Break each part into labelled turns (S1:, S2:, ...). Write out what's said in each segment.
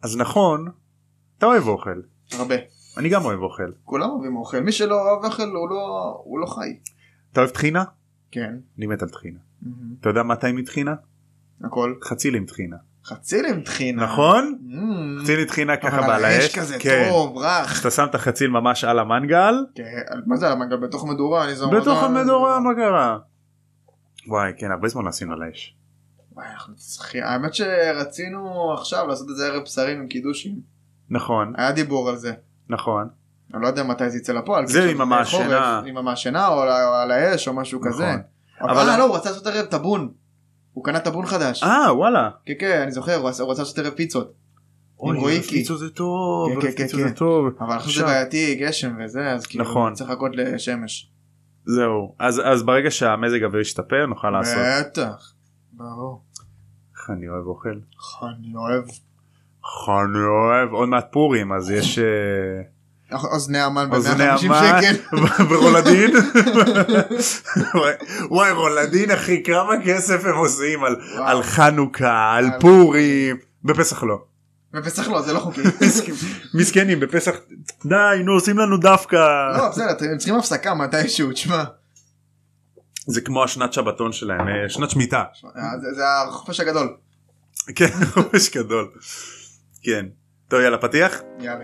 S1: אז נכון, אתה אוהב אוכל.
S2: הרבה.
S1: אני גם אוהב אוכל.
S2: כולם אוהבים אוכל. מי שלא אוהב אוכל הוא לא חי.
S1: אתה אוהב טחינה?
S2: כן.
S1: אני מת על טחינה. אתה יודע מה טעים מטחינה?
S2: הכל.
S1: חציל עם טחינה.
S2: חציל עם טחינה.
S1: נכון? חציל עם טחינה ככה בעל האש.
S2: האש כזה טוב, רך.
S1: שאתה שם את החציל ממש על המנגל.
S2: מה זה על המנגל? בתוך מדורה?
S1: בתוך המדורה, מה קרה? וואי, כן, הרבה זמן עשינו על האש.
S2: וואי, אנחנו צריכים. האמת שרצינו עכשיו לעשות את זה ערב בשרים עם קידושים.
S1: נכון.
S2: היה דיבור על זה.
S1: נכון.
S2: אני לא יודע מתי זה יצא לפועל.
S1: זה עם המעשנה.
S2: עם המעשנה או על האש או משהו כזה. אבל לא, הוא רצה לעשות ערב טבון. הוא קנה טבון חדש.
S1: וואלה.
S2: כן, כן, אני זוכר, הוא רצה לעשות ערב פיצות. עם רויקי.
S1: פיצות זה טוב.
S2: כן, אבל עכשיו זה בעייתי, גשם וזה, אז כאילו צריך לחכות לשמש.
S1: זהו. אז ברגע שהמזג האוויר ישתפר נוכל לעשות.
S2: בטח. ברור.
S1: איך אני אוהב אוכל.
S2: אני אוהב.
S1: עוד מעט פורים, אז יש
S2: אוזני המן
S1: אוזני
S2: ב-150 שקל.
S1: ורולדין. וואי, רולדין אחי, כמה כסף הם עושים על חנוכה, על פורים. בפסח לא.
S2: בפסח לא, זה לא חוקי.
S1: מסכנים, בפסח די, נו, עושים לנו דווקא.
S2: לא, בסדר, הם צריכים הפסקה מתישהו, תשמע.
S1: זה כמו השנת שבתון שלהם, שנת שמיטה.
S2: זה החופש הגדול.
S1: כן, חופש גדול. כן. טוב, יאללה, פתיח?
S2: יאללה.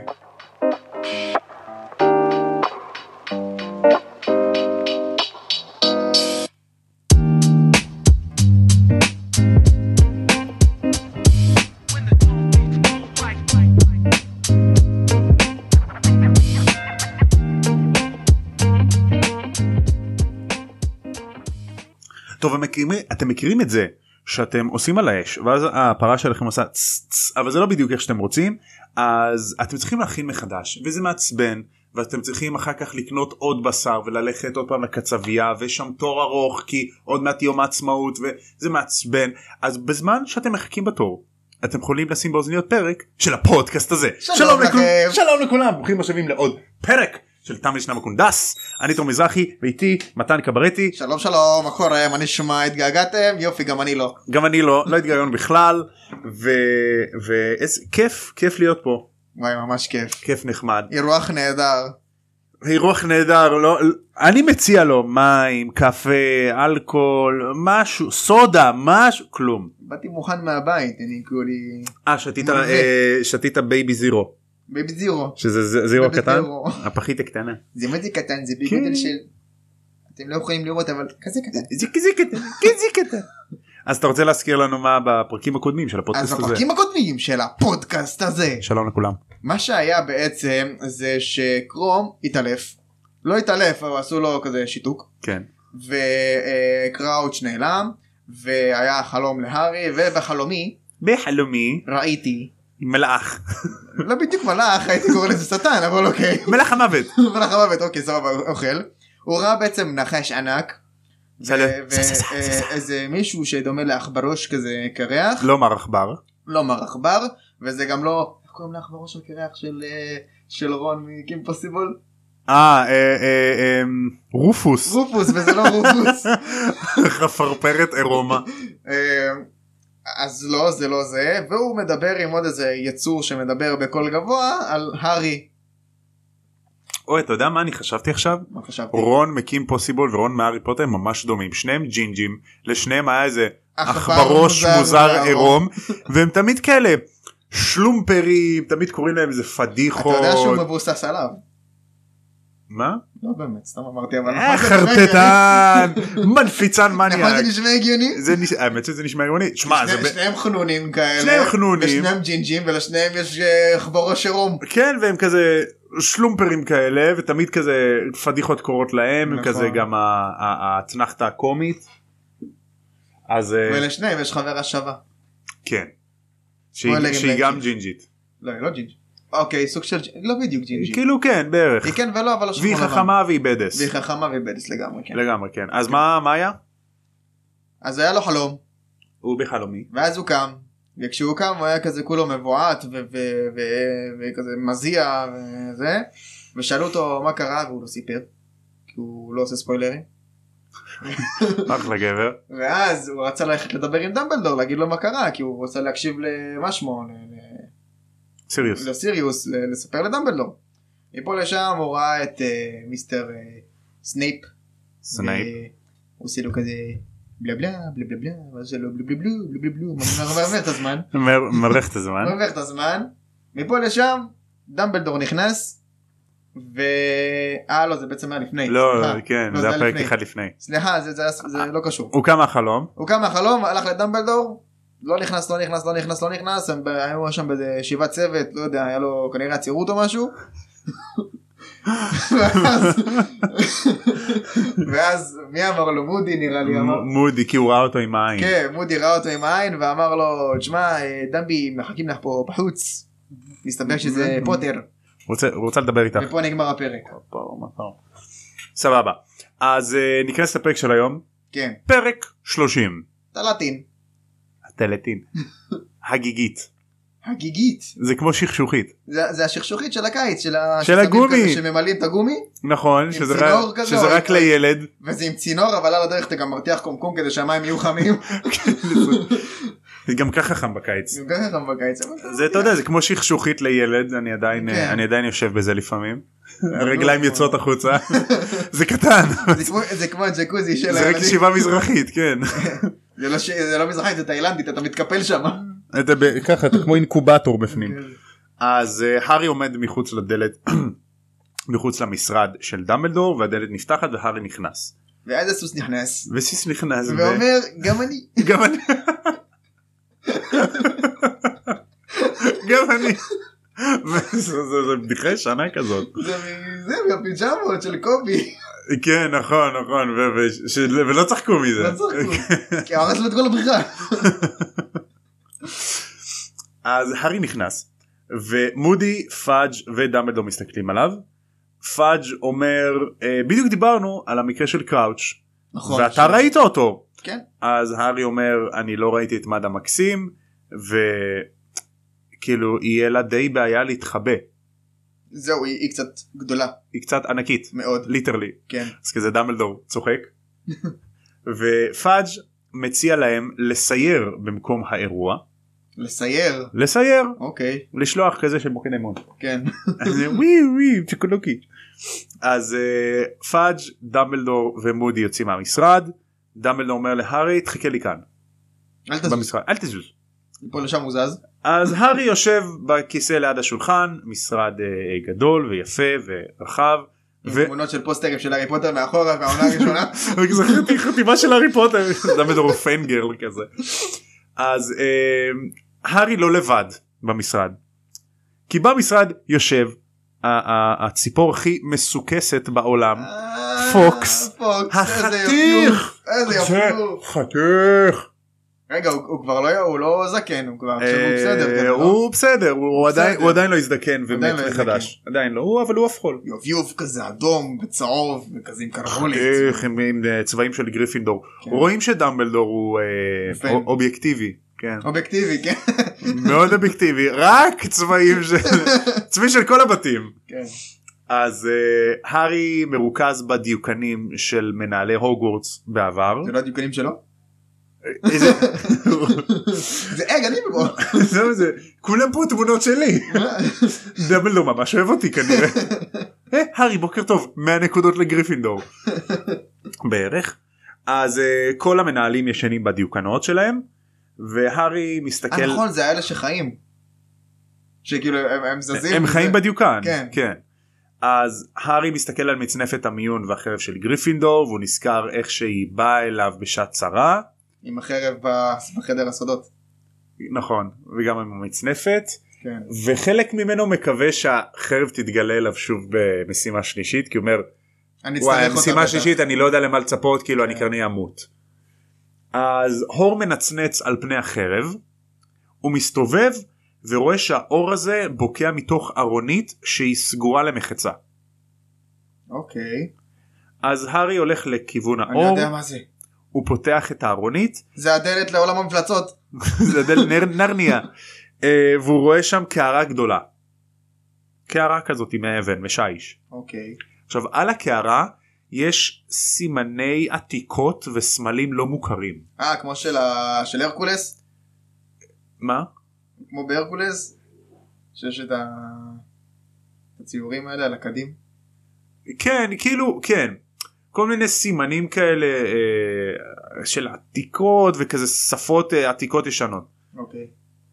S1: טוב, אתם מכירים את זה שאתם עושים על האש ואז הפרה שלכם עושה צ, אבל זה לא בדיוק איך שאתם רוצים, אז אתם צריכים להכין מחדש וזה מעצבן, ואתם צריכים אחר כך לקנות עוד בשר וללכת עוד פעם לקצבייה ושם תור ארוך כי עוד מעט יום העצמאות וזה מעצבן. אז בזמן שאתם מחכים בתור אתם יכולים לשים באוזניות פרק של הפודקאסט הזה. שלום לכולם, ברוכים השבים לעוד פרק של תם לשנה מקונדס. אני תום מזרחי ואיתי מתן קברטי.
S2: שלום שלום, מה קורה? מה נשמע? התגעגעתם? יופי, גם אני לא.
S1: גם אני לא התגעגענו בכלל, ואיזה כיף להיות פה.
S2: וואי, ממש כיף
S1: נחמד.
S2: אירוח
S1: נהדר. לא, אני מציע לו מים, קפה, אלכוהול, משהו, סודה, משהו, כלום.
S2: באתי מוכן מהבית, אני כולי.
S1: שתית בייבי זירו.
S2: בייבי זירו.
S1: שזה זירו קטן? הפחית הקטנה.
S2: זה מה זה קטן? זה בגודל של... אתם לא יכולים לראות, אבל כזה קטן.
S1: זה כזה קטן. אז אתה רוצה להזכיר לנו מה בפרקים הקודמים של הפודקאסט הזה?
S2: אז בפרקים הקודמים של הפודקאסט הזה.
S1: שלום לכולם.
S2: מה שהיה בעצם זה שקרום התעלף. לא התעלף, אבל עשו לו כזה שיתוק.
S1: כן.
S2: וקראוץ' נעלם, והיה חלום להרי, ובחלומי ראיתי
S1: מלאך.
S2: לא בדיוק מלאך, הייתי קורא לזה שטן, אבל אוקיי.
S1: מלאך המוות.
S2: מלאך המוות, אוקיי, סבבה, אוכל. הוא ראה בעצם נחש ענק. ואיזה מישהו שדומה לעכברוש כזה קרח.
S1: לא מר עכבר.
S2: לא מר עכבר, וזה גם לא... איך קוראים לעכברוש של קרח של רון מקים פוסיבול?
S1: רופוס.
S2: רופוס, וזה לא רופוס.
S1: חפרפרת אירומה.
S2: אז לא, זה לא זה, והוא מדבר עם עוד איזה יצור שמדבר בקול גבוה על הארי.
S1: אוי, אתה יודע מה אני חשבתי עכשיו?
S2: מה חשבתי?
S1: רון מקים פוסיבול ורון מהארי פוטר הם ממש דומים, שניהם ג'ינג'ים, לשניהם היה איזה עכברוש מוזר עירום, והם תמיד כאלה שלומפרים, תמיד קוראים להם איזה פדיחות.
S2: אתה יודע שהוא מבוסס עליו?
S1: מה?
S2: לא באמת, סתם אמרתי, אבל...
S1: חרטטן, מנפיצן מניאק.
S2: נכון, זה נשמע הגיוני?
S1: האמת שזה נשמע הגיוני.
S2: שניהם חנונים כאלה.
S1: שניהם חנונים.
S2: ושניהם ג'ינג'ים, ולשניהם יש עכברוש עירום.
S1: כן, והם כזה שלומפרים כאלה, ותמיד כזה פדיחות קורות להם, הם כזה גם התנחתה הקומית.
S2: ולשניהם יש חברה שווה.
S1: כן. שהיא גם ג'ינג'ית.
S2: לא, היא לא ג'ינג'ית. אוקיי, סוג של... לא בדיוק ג'ינג'ית.
S1: כאילו כן, בערך.
S2: היא כן ולא, אבל...
S1: והיא חכמה והיא בדס.
S2: והיא חכמה והיא בדס לגמרי, כן.
S1: לגמרי, כן. אז מה היה?
S2: אז היה לו חלום.
S1: הוא בחלומי.
S2: ואז הוא קם. וכשהוא קם הוא היה כזה כולו מבועט וכזה מזיע וזה. ושאלו אותו מה קרה והוא לא סיפר. כי הוא לא עושה ספוילרים.
S1: אחלה גבר.
S2: ואז הוא רצה ללכת לדבר עם דמבלדור, להגיד לו מה קרה, כי הוא רוצה להקשיב למשמו.
S1: סיריוס.
S2: לסיריוס לספר לדמבלדור. מפה לשם הוא ראה את מיסטר סנייפ.
S1: סנייפ.
S2: הוא עושה לו כזה בלה בלה בלה בלה בלה, ואז זה לו בלה בלה בלה בלה בלה בלה, מרוויח את הזמן.
S1: מרוויח את הזמן.
S2: מרוויח את הזמן. מפה לשם דמבלדור נכנס. לא, זה בעצם היה לפני.
S1: לא, כן, זה היה פרק אחד לפני.
S2: סליחה, זה לא קשור.
S1: הוא קם מהחלום.
S2: הוא קם מהחלום, הלך לדמבלדור, לא נכנס, הם היו שם באיזה ישיבת צוות, לא יודע, היה לו כנראה עצירות או משהו. ואז מי אמר לו? מודי נראה לי אמר.
S1: מודי, כי הוא ראה אותו עם העין.
S2: כן, מודי ראה אותו עם העין ואמר לו, תשמע, דמבי, מחכים לך פה בחוץ. מסתבר שזה פוטר.
S1: הוא רוצה לדבר איתך.
S2: ופה נגמר הפרק.
S1: סבבה. אז ניכנס לפרק של היום.
S2: כן.
S1: פרק 30.
S2: טלטין.
S1: הטלטין. הגיגית.
S2: הגיגית.
S1: זה כמו שכשוכית.
S2: זה השכשוכית של הקיץ.
S1: של הגומי.
S2: שממלאים את הגומי.
S1: נכון. שזה רק לילד.
S2: וזה עם צינור, אבל על הדרך אתה גם מרתיח קומקום כדי שהמים יהיו חמים.
S1: גם ככה חם בקיץ.
S2: גם ככה חם בקיץ.
S1: זה אתה יודע, זה כמו שכשוכית לילד. אני עדיין יושב בזה לפעמים. הרגליים יוצאות החוצה. זה קטן.
S2: זה כמו הג'קוזי של
S1: זה רק ישיבה מזרחית, כן.
S2: זה לא מזרחית, זה תאילנדית, אתה מתקפל שם.
S1: ככה, אתה כמו אינקובטור בפנים. אז הארי עומד מחוץ לדלת, מחוץ למשרד של דמבלדור, והדלת נפתחת והארי נכנס.
S2: ואז הסוס נכנס.
S1: וסיס נכנס.
S2: ואומר, גם אני.
S1: גם אני. גם אני. זה בדיחה ישנה כזאת.
S2: זה מהפיג'מות של קובי.
S1: כן, נכון, ולא צחקו מזה.
S2: לא צחקו, כי הרס לו את כל הבריחה.
S1: אז הארי נכנס, ומודי, פאג' ודמבלדור מסתכלים עליו. פאג' אומר, בדיוק דיברנו על המקרה של קראוץ'.
S2: נכון.
S1: ואתה ראית אותו.
S2: כן.
S1: אז הארי אומר, אני לא ראיתי את מד המקסים, וכאילו יהיה לה די בעיה להתחבא.
S2: זהו, היא קצת גדולה.
S1: היא קצת ענקית.
S2: מאוד.
S1: ליטרלי.
S2: כן.
S1: אז כזה דמבלדור צוחק. ופאג' מציע להם לסייר במקום האירוע.
S2: לסייר?
S1: לסייר.
S2: אוקיי.
S1: לשלוח כזה של מוקד אמון.
S2: כן.
S1: ווי צ'קולוקי. אז פאג', דמבלדור ומודי יוצאים מהמשרד. דמבלדור אומר להארי, תחכה לי כאן.
S2: אל תזוז.
S1: במשרד. אל תזוז.
S2: פה לשם הוא זז.
S1: אז הארי יושב בכיסא ליד השולחן, משרד גדול ויפה ורחב.
S2: עם תמונות של פוסטרים של הארי פוטר מאחורה והעונה הראשונה.
S1: זכרתי חתימה של הארי פוטר. דמבלדור פיינגרל כזה. אז הארי לא לבד במשרד. כי במשרד יושב הציפור הכי מסוכסת בעולם. פוקס. החתיך.
S2: איזה יפו.
S1: חתיך.
S2: רגע, הוא כבר לא, הוא לא זקן, הוא כבר בסדר.
S1: הוא בסדר, הוא עדיין לא הזדקן ומת מחדש. עדיין לא, אבל הוא אפחול.
S2: יוביוב כזה אדום וצהוב וכזה עם קרבולית.
S1: עם צבעים של גריפינדור. רואים שדמבלדור הוא אובייקטיבי.
S2: אובייקטיבי, כן.
S1: מאוד אובייקטיבי, רק צבעים של כל הבתים. אז הארי מרוכז בדיוקנים של מנהלי הוגוורטס בעבר.
S2: זה לא הדיוקנים שלו? זה אני בבוא.
S1: כולם פה תמונות שלי. דמבלדור ממש אוהב אותי כנראה. הארי בוקר טוב, 100 נקודות לגריפינדור בערך. אז כל המנהלים ישנים בדיוקנות שלהם, והארי מסתכל.
S2: נכון, זה האלה שחיים, שכאילו הם זזים,
S1: הם חיים בדיוקן.
S2: כן.
S1: אז הארי מסתכל על מצנפת המיון והחרב של גריפינדור, והוא נזכר איך שהיא באה אליו בשעת צרה
S2: עם החרב בחדר הסודות.
S1: נכון, וגם עם המצנפת.
S2: כן.
S1: וחלק ממנו מקווה שהחרב תתגלה אליו שוב במשימה שלישית, כי הוא אומר, וואי, המשימה שלישית אני לא יודע למה לצפות, כאילו אני כנראה אמות. אז הור מנצנץ על פני החרב, הוא מסתובב ורואה שהאור הזה בוקע מתוך ארונית שהיא סגורה למחצה.
S2: אוקיי.
S1: אז הארי הולך לכיוון האור.
S2: אני יודע מה זה.
S1: הוא פותח את הארונית.
S2: זה הדלת לעולם המפלצות.
S1: זה הדלת נרניה. והוא רואה שם קערה גדולה. קערה כזאת עם אבן, משיש.
S2: אוקיי.
S1: עכשיו על הקערה יש סימני עתיקות וסמלים לא מוכרים.
S2: כמו של הרקולס?
S1: מה?
S2: כמו בהרקולס? שיש את הציורים האלה על הקדים.
S1: כן, כאילו, כן. כל מיני סימנים כאלה של עתיקות וכזה שפות עתיקות ישנות.
S2: אוקיי.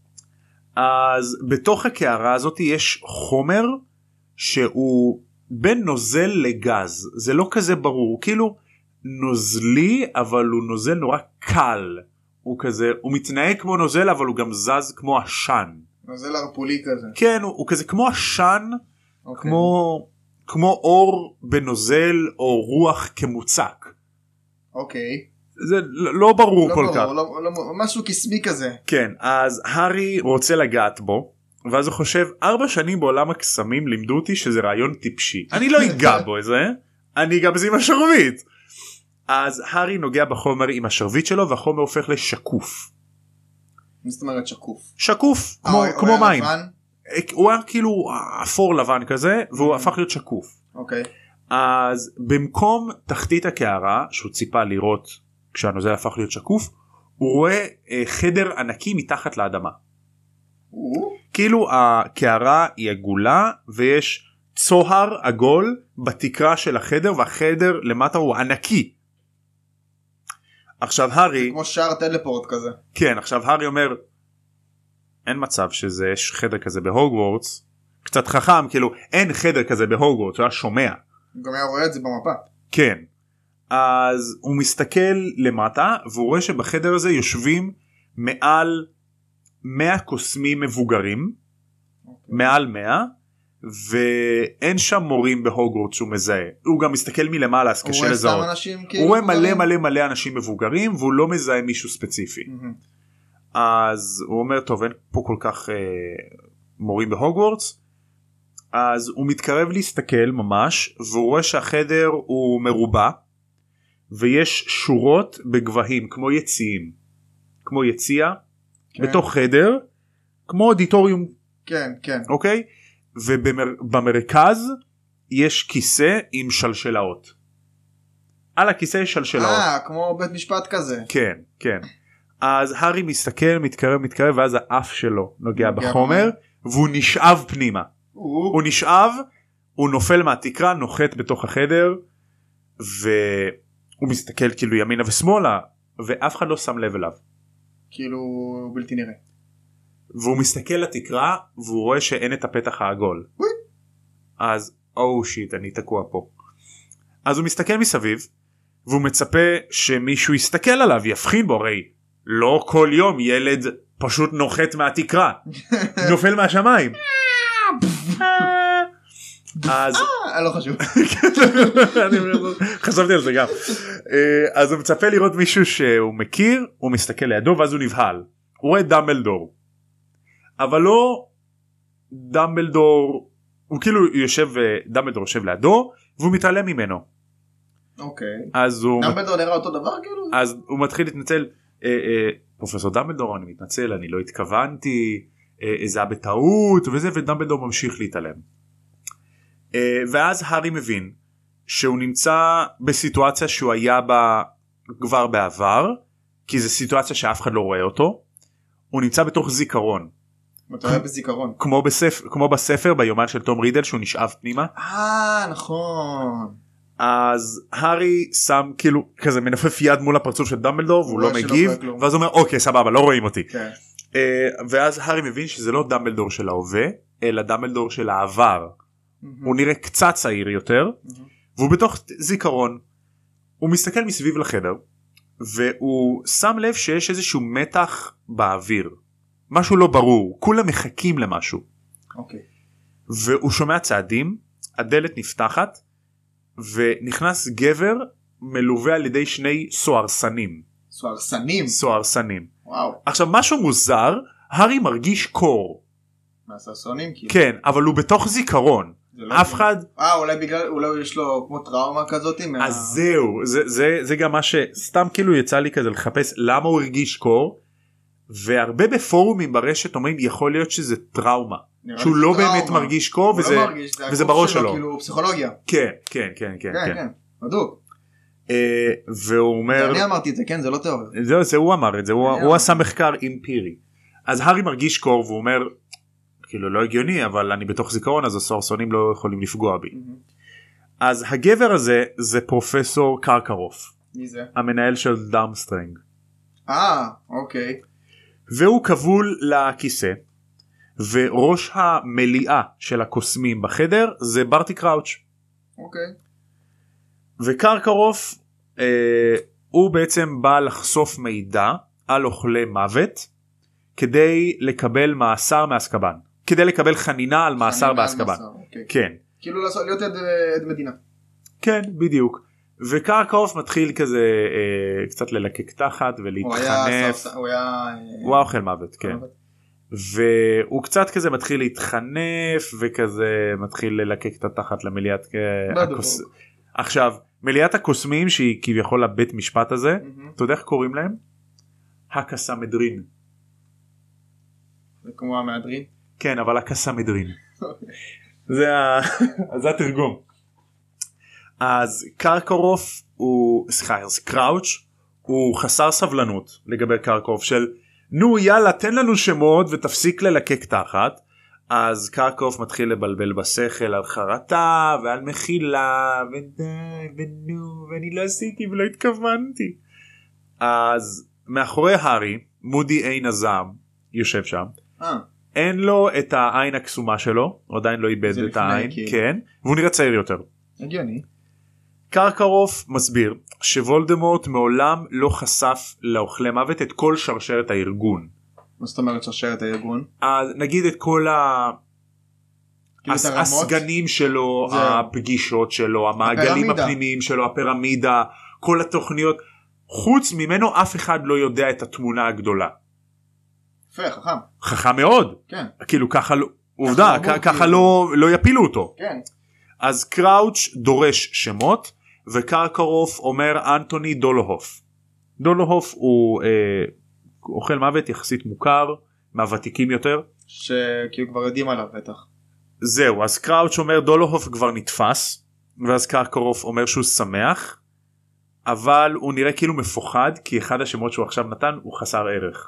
S1: אז בתוך הקערה הזאת יש חומר שהוא בין נוזל לגז. זה לא כזה ברור, הוא כאילו נוזלי אבל הוא נוזל נורא קל. הוא כזה, הוא מתנהג כמו נוזל אבל הוא גם זז כמו עשן.
S2: נוזל הרפולי כזה.
S1: כן, הוא כזה כמו עשן,
S2: אוקיי.
S1: כמו אור בנוזל או רוח כמוצק.
S2: אוקיי.
S1: זה לא ברור כל כך.
S2: משהו קסמי כזה.
S1: כן, אז הארי רוצה לגעת בו, ואז הוא חושב 4 שנים בעולם הקסמים לימדו אותי שזה רעיון טיפשי. אני לא אגע בו איזה, אני אגע בזה עם השרביט. אז הארי נוגע בחומר עם השרביט שלו והחומר הופך לשקוף.
S2: מה זאת אומרת שקוף?
S1: שקוף, כמו מים.
S2: לבן?
S1: הוא היה כאילו אפור לבן כזה והוא הפך להיות שקוף.
S2: אוקיי.
S1: אז במקום תחתית הקערה שהוא ציפה לראות כשהנוזל הפך להיות שקוף, הוא רואה חדר ענקי מתחת לאדמה. כאילו הקערה היא עגולה ויש צוהר עגול בתקרה של החדר והחדר למטה הוא ענקי. עכשיו הארי,
S2: כמו שער טלפורט כזה.
S1: כן, עכשיו הארי אומר אין מצב שזה יש חדר כזה בהוגוורטס, קצת חכם, כאילו אין חדר כזה בהוגוורטס, הוא היה שומע.
S2: הוא גם היה רואה את זה במפה.
S1: כן. אז הוא מסתכל למטה והוא רואה שבחדר הזה יושבים מעל 100 קוסמים מבוגרים, מעל 100, ואין שם מורים בהוגוורטס שהוא מזהה. הוא גם מסתכל מלמעלה אז קשה לזהות. הוא רואה מלא אנשים מבוגרים והוא לא מזהה מישהו ספציפי. אז הוא אומר טוב אין פה כל כך מורים בהוגוורטס. אז הוא מתקרב להסתכל ממש והוא רואה שהחדר הוא מרובע ויש שורות בגבהים כמו יציאים, כמו יציע בתוך חדר כמו אודיטוריום.
S2: כן, כן.
S1: אוקיי? ובמרכז יש כיסא עם שלשלאות. על הכיסא יש שלשלאות.
S2: כמו בית משפט כזה.
S1: כן, כן. אז הארי מסתכל, מתקרב ואז האף שלו נוגע בחומר והוא נשאב פנימה. הוא נשאב, הוא נופל מהתקרה, נוחת בתוך החדר והוא מסתכל כאילו ימינה ושמאלה ואף אחד לא שם לב אליו.
S2: כאילו בלתי נראה.
S1: והוא מסתכל לתקרה והוא רואה שאין את הפתח העגול. אז שיט אני תקוע פה. אז הוא מסתכל מסביב והוא מצפה שמישהו יסתכל עליו יבחין בו, הרי לא כל יום ילד פשוט נוחת מהתקרה נופל מהשמיים. אז
S2: לא חשוב.
S1: חשבתי על זה גם. אז הוא מצפה לראות מישהו שהוא מכיר, הוא מסתכל לידו ואז הוא נבהל. הוא רואה דמבלדור אבל לא דמבלדור, הוא כאילו יושב, דמבלדור יושב לידו והוא מתעלם ממנו.
S2: אוקיי.
S1: אז הוא
S2: דמבלדור נראה אותו דבר כאילו?
S1: אז הוא מתחיל להתנצל, פרופסור דמבלדור אני מתנצל אני לא התכוונתי, זה היה בטעות וזה, ודמבלדור ממשיך להתעלם. ואז הארי מבין שהוא נמצא בסיטואציה שהוא היה בה כבר בעבר, כי זו סיטואציה שאף אחד לא רואה אותו. הוא נמצא בתוך זיכרון.
S2: אתה רואה בזיכרון?
S1: כמו בספר ביומן של תום רידל שהוא נשאב פנימה.
S2: נכון.
S1: אז הארי שם כאילו כזה מנפף יד מול הפרצוף של דמבלדור והוא לא מגיב, ואז הוא אומר אוקיי סבבה לא רואים אותי. ואז הארי מבין שזה לא דמבלדור של ההווה אלא דמבלדור של העבר. הוא נראה קצת צעיר יותר והוא בתוך זיכרון. הוא מסתכל מסביב לחדר והוא שם לב שיש איזשהו מתח באוויר, משהו לא ברור, כולם מחכים למשהו. והוא שומע צעדים, הדלת נפתחת ונכנס גבר מלווה על ידי 2 סוהרסנים. סוהרסנים.
S2: וואו.
S1: עכשיו משהו מוזר, הארי מרגיש קור.
S2: מהסוהרסנים כאילו.
S1: כן, אבל הוא בתוך זיכרון. אף אחד
S2: אולי יש לו כמו טראומה כזאת.
S1: אז זהו, זה גם מה שסתם כאילו יצא לי כזה לחפש למה הוא הרגיש קור, והרבה בפורומים ברשת אומרים יכול להיות שזה טראומה, שהוא לא באמת מרגיש קור וזה בראש שלו,
S2: כאילו פסיכולוגיה.
S1: כן,
S2: בדיוק.
S1: והוא אומר,
S2: אני אמרתי את זה, כן, זה לא תיאוריה.
S1: זה הוא אמר את זה, הוא עשה מחקר אמפירי. אז הארי מרגיש קור והוא אומר כאילו לא הגיוני, אבל אני בתוך זיכרון אז הסוהרסונים לא יכולים לפגוע בי. אז הגבר הזה זה פרופסור קרקרוף.
S2: מי זה?
S1: המנהל של דארמסטרנג.
S2: אוקיי.
S1: והוא כבול לכיסא, וראש המליאה של הקוסמים בחדר זה ברטי קראוץ'.
S2: אוקיי.
S1: וקרקרוף הוא בעצם בא לחשוף מידע על אוכלי מוות כדי לקבל מאסר מאזקבאן, כדי לקבל חנינה על מאסר באזקבאן.
S2: אוקיי.
S1: כן.
S2: כאילו להיות עד מדינה.
S1: כן, בדיוק. וקרקרוף מתחיל כזה קצת ללקק תחת ולהתחנף.
S2: הוא היה
S1: אוכל מוות, כן. והוא קצת כזה מתחיל להתחנף וכזה מתחיל ללקק את התחת למליאת עכשיו מליאת הקוסמים שהיא כביכול הבית משפט הזה, אתה יודע איך קוראים להם? הקסמדרין.
S2: זה כמו המהדרין?
S1: כן, אבל הקסמדרין. זה התרגום. אז קרקרוף הוא קראוץ' הוא חסר סבלנות לגבי קרקרוף של נו יאללה תן לנו שמות ותפסיק ללקק תחת. אז קרקרוף מתחיל לבלבל בשכל על חרטה ועל מחילה ודי ונו ואני לא עשיתי ולא התכוונתי. אז מאחורי הארי מודי עין הזעם יושב שם. אין לו את העין הקסומה שלו, הוא עדיין לא איבד את העין, כן, והוא נראה צעיר יותר.
S2: הגיוני.
S1: קרקרוף מסביר שוולדמורט מעולם לא חשף לאוכלי מוות את כל שרשרת הארגון.
S2: מה זאת אומרת שרשרת הארגון?
S1: נגיד את כל הסגנים שלו, הפגישות שלו, המעגלים הפנימיים שלו, הפירמידה, כל התוכניות. חוץ ממנו אף אחד לא יודע את התמונה הגדולה.
S2: חכם.
S1: חכם מאוד.
S2: כן.
S1: כאילו ככה, עובדה, ככה לא יפילו אותו.
S2: כן.
S1: אז קראוץ' דורש שמות וקרקרוף אומר אנטוני דולהוף. דולהוף הוא אוכל מוות יחסית מוכר, מהוותיקים יותר.
S2: שכאילו כבר יודעים עליו בטח.
S1: זהו, אז קראוץ' אומר דולהוף כבר נתפס, ואז קרקרוף אומר שהוא שמח, אבל הוא נראה כאילו מפוחד כי אחד השמות שהוא עכשיו נתן הוא חסר ערך.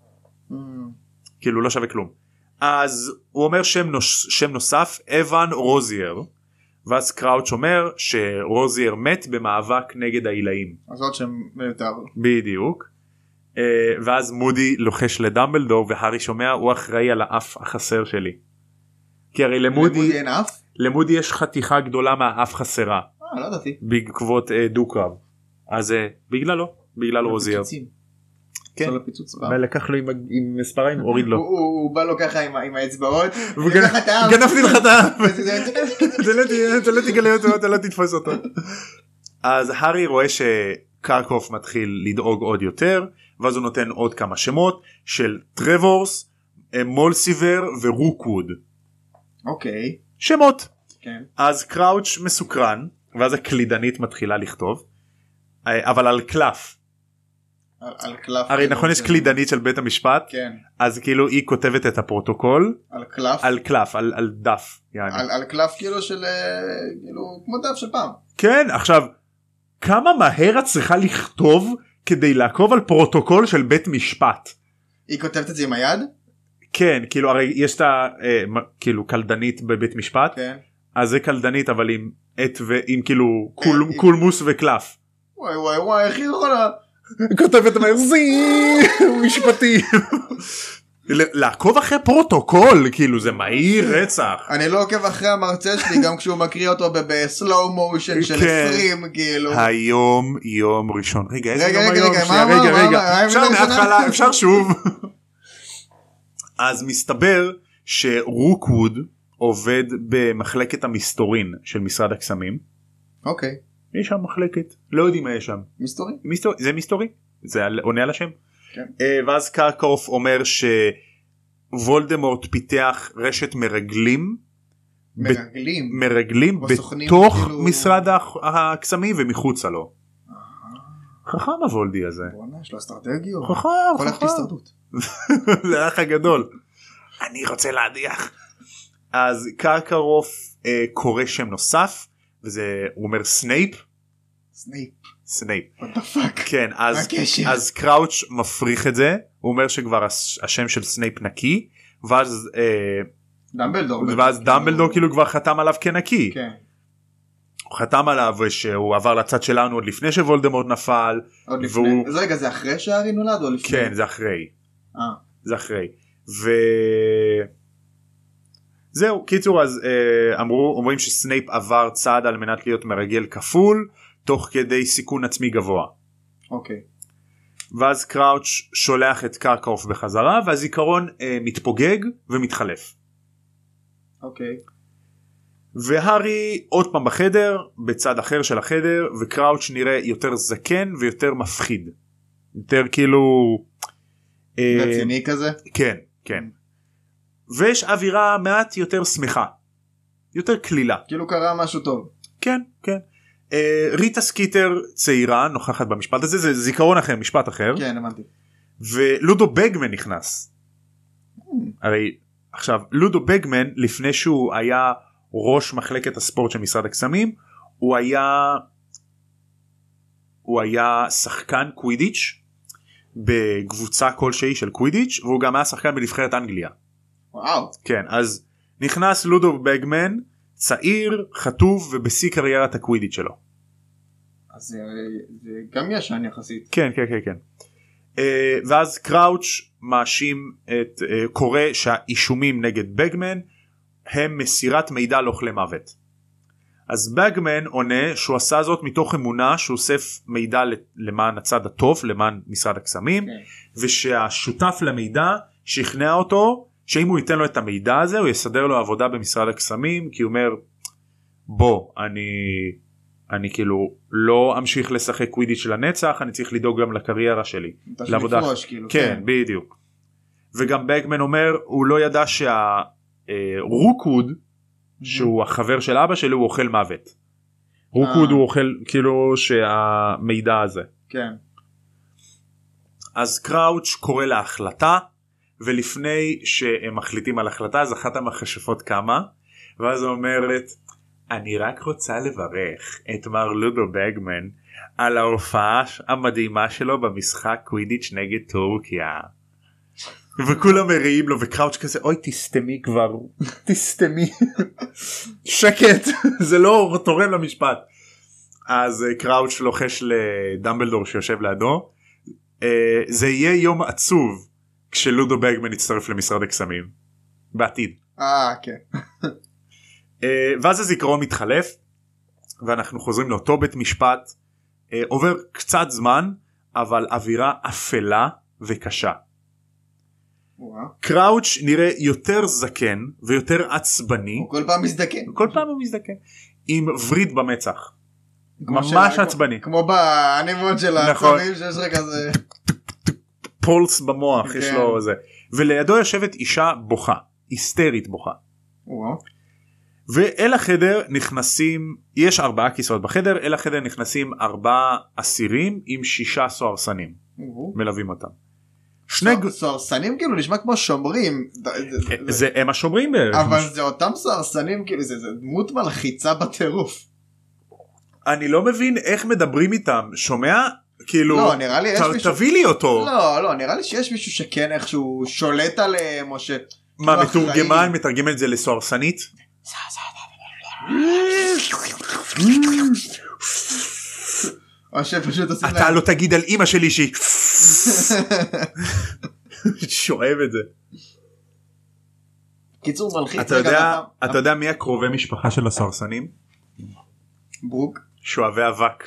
S1: כאילו לא שווה כלום. אז הוא אומר שם נוסף, אבן רוזייר, ואז קראוץ' אומר שרוזייר מת במאבק נגד העילאים.
S2: אז עוד שם מיותר.
S1: בדיוק. ואז מודי לוחש לדמבלדור והארי שומע הוא אחראי על האף החסר שלי. כי הרי למודי
S2: אין אף?
S1: למודי יש חתיכה גדולה מהאף חסרה.
S2: לא ידעתי.
S1: בעקבות דו-קרב. אז בגללו, בגלל רוזייר. כן. לקח לו עם מספריים, הוריד לו.
S2: הוא בא לו ככה עם האצבעות.
S1: גנפתי לך את האף. אתה לא תגלה אותו, אתה לא תתפוס אותו. אז הארי רואה שקרקרוף מתחיל לדאוג עוד יותר, ואז הוא נותן עוד כמה שמות של טרוורס, מולסיבר ורוקווד.
S2: אוקיי.
S1: שמות.
S2: כן.
S1: אז קראוץ' מסוקרן, ואז הקלידנית מתחילה לכתוב, אבל על קלף.
S2: על קלף.
S1: הרי נכון יש קלידנית של בית המשפט,
S2: כן.
S1: אז כאילו היא כותבת את הפרוטוקול
S2: על קלף,
S1: על קלף, על דף,
S2: על קלף כאילו של כאילו כמו דף של פעם.
S1: כן, עכשיו כמה מהר את צריכה לכתוב כדי לעקוב על פרוטוקול של בית משפט?
S2: היא כותבת את זה עם היד?
S1: כן, כאילו הרי יש את כאילו קלדנית בבית משפט,
S2: כן.
S1: אז זה קלדנית אבל עם עט ועם כאילו קולמוס וקלף.
S2: וואי וואי וואי, איך היא יכולה?
S1: כותבת מהר משפטי. לעקוב אחרי פרוטוקול כאילו זה מהיר רצח.
S2: אני לא עוקב אחרי המרצה שלי גם כשהוא מקריא אותו בסלואו מושן של 20 כאילו.
S1: היום יום ראשון. רגע,
S2: רגע,
S1: אפשר מההתחלה, אפשר שוב. אז מסתבר שרוקווד עובד במחלקת המסתורין של משרד הקסמים.
S2: אוקיי.
S1: יש שם מחלקת, לא יודעים מה יש שם.
S2: מסתורי?
S1: זה מסתורי, זה עונה על השם.
S2: כן.
S1: ואז קרקרוף אומר שוולדמורט פיתח רשת מרגלים בתוך כאילו... משרד הקסמים ומחוצה לו. חכם הוולדי הזה.
S2: בוא'נה, יש לו אסטרטגיות.
S1: חכם.
S2: הולכת להסתרדות.
S1: זה האח הגדול. אני רוצה להדיח. אז קרקרוף קורא שם נוסף, וזה, הוא אומר סנייפ. סנייפ.
S2: What the fuck?
S1: כן, אז קראוץ' מפריך את זה, הוא אומר שכבר השם של סנייפ נקי, ואז
S2: דמבלדור.
S1: ואז דמבלדור כאילו כבר חתם עליו כנקי.
S2: כן.
S1: הוא חתם עליו שהוא עבר לצד שלנו עוד לפני שוולדמורט נפל.
S2: עוד לפני. אז רגע, זה אחרי שהארי נולד או לפני?
S1: כן, זה אחרי. זה אחרי. זהו, קיצור, אז אומרים שסנייפ עבר צעד על מנת להיות מרגל כפול, תוך כדי סיכון עצמי גבוה.
S2: אוקיי.
S1: ואז קראוץ' שולח את קרקאוף בחזרה, והזיכרון מתפוגג ומתחלף.
S2: אוקיי.
S1: והארי עוד פעם בחדר, בצד אחר של החדר, וקראוץ' נראה יותר זקן ויותר מפחיד. יותר כאילו...
S2: רציני כזה?
S1: כן, כן. ויש אווירה מעט יותר שמחה. יותר כלילה.
S2: כאילו קרה משהו טוב.
S1: כן, כן. ריטה סקיטר צעירה נוכחת במשפט הזה, זה זיכרון אחר, משפט אחר.
S2: כן, הבנתי.
S1: ולודו בגמן נכנס. הרי עכשיו לודו בגמן לפני שהוא היה ראש מחלקת הספורט של משרד הקסמים, הוא היה שחקן קווידיץ' בקבוצה כלשהי של קווידיץ', והוא גם היה שחקן בנבחרת אנגליה.
S2: וואו.
S1: כן, אז נכנס לודו בגמן, צעיר, חטוב ובשיא קריירת הקווידיץ' שלו.
S2: אז זה גם ישן יחסית.
S1: כן, כן, כן, כן. ואז קראוץ' מאשים קורא שהאישומים נגד בגמן הם מסירת מידע לאוכלי מוות. אז בגמן עונה שהוא עשה זאת מתוך אמונה שהוא אוסף מידע למען הצד הטוב, למען משרד הקסמים, ושהשותף למידע שכנע אותו שאם הוא ייתן לו את המידע הזה הוא יסדר לו עבודה במשרד הקסמים, כי הוא אומר בוא, אני כאילו לא אמשיך לשחק קווידיץ' של הנצח, אני צריך לדאוג גם לקריירה שלי, לעבודה.
S2: כאילו,
S1: כן, בדיוק. וגם בגמן אומר הוא לא ידע שהרוקווד שהוא החבר של אבא שלי הוא אוכל מוות. רוקווד הוא אוכל כאילו שהמידע הזה.
S2: כן.
S1: אז קראוץ' קורא להחלטה, ולפני שהם מחליטים על החלטה אז אחת המכשפות קמה ואז אומרת אני רק רוצה לברך את מר לודו בגמן על ההופעה המדהימה שלו במשחק קווידיץ' נגד טורקיה. וכולם מריעים לו וקראוץ' כזה אוי תסתמי כבר, תסתמי, שקט, זה לא תורם למשפט. אז קראוץ' לוחש לדמבלדור שיושב לידו, זה יהיה יום עצוב כשלודו בגמן יצטרף למשרד הקסמים בעתיד.
S2: כן.
S1: ואז הזיכרון מתחלף ואנחנו חוזרים לאותו בית משפט. עובר קצת זמן אבל אווירה אפלה וקשה. קראוץ' נראה יותר זקן ויותר עצבני.
S2: הוא כל פעם מזדקן.
S1: כל פעם הוא מזדקן. עם וריד במצח. ממש עצבני.
S2: כמו באנימות של הצורים שיש לך כזה.
S1: פולס במוח יש לו זה. ולידו יושבת אישה בוכה. היסטרית בוכה. ואל החדר נכנסים, יש 4 כיסאות בחדר, אל החדר נכנסים 4 אסירים עם 6 סוהרסנים. מלווים אותם.
S2: סוהרסנים כאילו נשמע כמו שומרים.
S1: זה הם השומרים בערך.
S2: אבל זה אותם סוהרסנים כאילו זה דמות מלחיצה בטירוף.
S1: אני לא מבין איך מדברים איתם, שומע? כאילו,
S2: לא, נראה לי יש מישהו...
S1: תביא לי אותו.
S2: לא, נראה לי שיש מישהו שכן איכשהו שולט עליהם או ש...
S1: מה, מתורגמן מתרגם את זה לסוהרסנית?
S2: או שפשוט עושים
S1: אתה לא תגיד על אמא שלי שהיא שואב את זה.
S2: קיצור מלחיץ.
S1: אתה יודע מי הקרובי משפחה של הסוהרסנים?
S2: ברוק.
S1: שואבי אבק.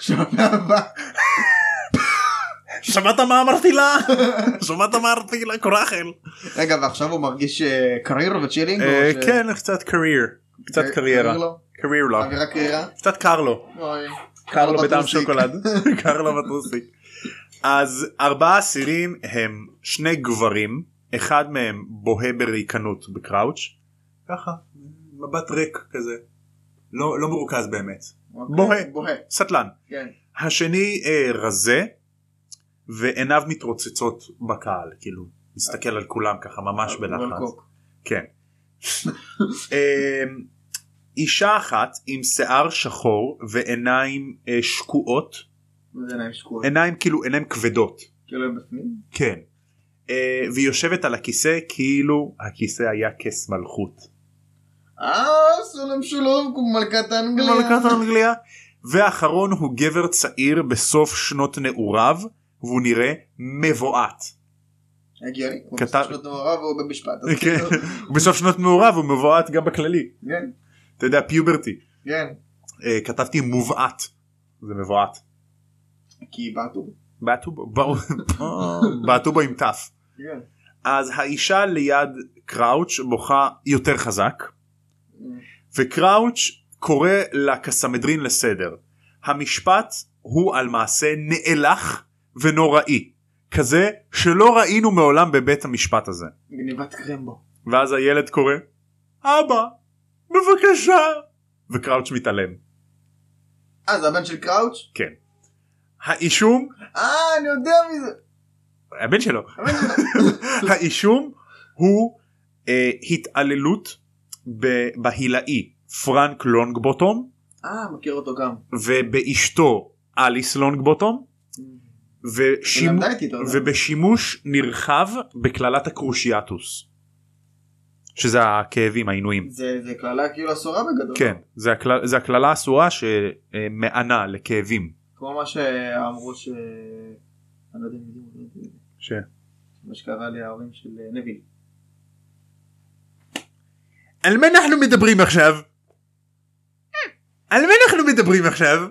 S1: שמעת מה אמרתי לה? שמעת מה אמרתי לה? קורחל.
S2: רגע, ועכשיו הוא מרגיש קרייר וצ'ילינג?
S1: כן, קצת קרייר. קצת קריירה. קרייר לו.
S2: אווירה קריירה?
S1: קצת קרלו. קרלו בטעם שוקולד. קרלו בטוסיק. אז 4 אסירים הם 2 גברים, אחד מהם בוהה בריקנות בקראוץ'. ככה, מבט ריק כזה. לא מרוכז באמת. בוהה. סטלן. השני רזה. ועיניו מתרוצצות בקהל, כאילו מסתכל על כולם ככה ממש בלחץ. כן. אישה אחת עם שיער שחור ועיניים שקועות. עיניים כאילו עיניים כבדות.
S2: כאילו הם בפנים?
S1: כן. והיא יושבת על הכיסא כאילו הכיסא היה כס מלכות.
S2: סולם שולוב כמו מלכת האנגליה.
S1: מלכת האנגליה. ואחרון הוא גבר צעיר בסוף שנות נעוריו והוא נראה מבועת.
S2: הגיוני, הוא בסוף שנות נעוריו והוא במשפט.
S1: בסוף שנות נעוריו הוא מבועת גם בכללי.
S2: כן.
S1: אתה יודע, פיוברטי.
S2: כן.
S1: כתבתי מובעת. זה מבועת.
S2: כי
S1: בעטו בו עם תף.
S2: כן.
S1: אז האישה ליד קראוץ' בוכה יותר חזק. וקראוץ' קורא לקסמדרין לסדר. המשפט הוא על מעשה נאלח ונוראי. כזה שלא ראינו מעולם בבית המשפט הזה.
S2: גניבת קרמבו.
S1: ואז הילד קורא, אבא, בבקשה. וקראוץ' מתעלם.
S2: זה הבן של קראוץ'?
S1: כן. האישום...
S2: אני יודע מי זה.
S1: הבן שלו. האישום הוא התעללות בהילאי פרנק לונגבוטום.
S2: מכיר אותו גם.
S1: ובאשתו אליס לונגבוטום. ובשימוש נרחב בכללת הקרושיאטוס. שזה הכאבים, העינויים.
S2: זה כללה כאילו אסורה בגדול.
S1: כן, זה הכללה אסורה שמענה לכאבים.
S2: כמו מה שאמרו אני לא יודע מה שקרה לי ההורים של נביל.
S1: על מה אנחנו מדברים עכשיו? על מה אנחנו מדברים עכשיו?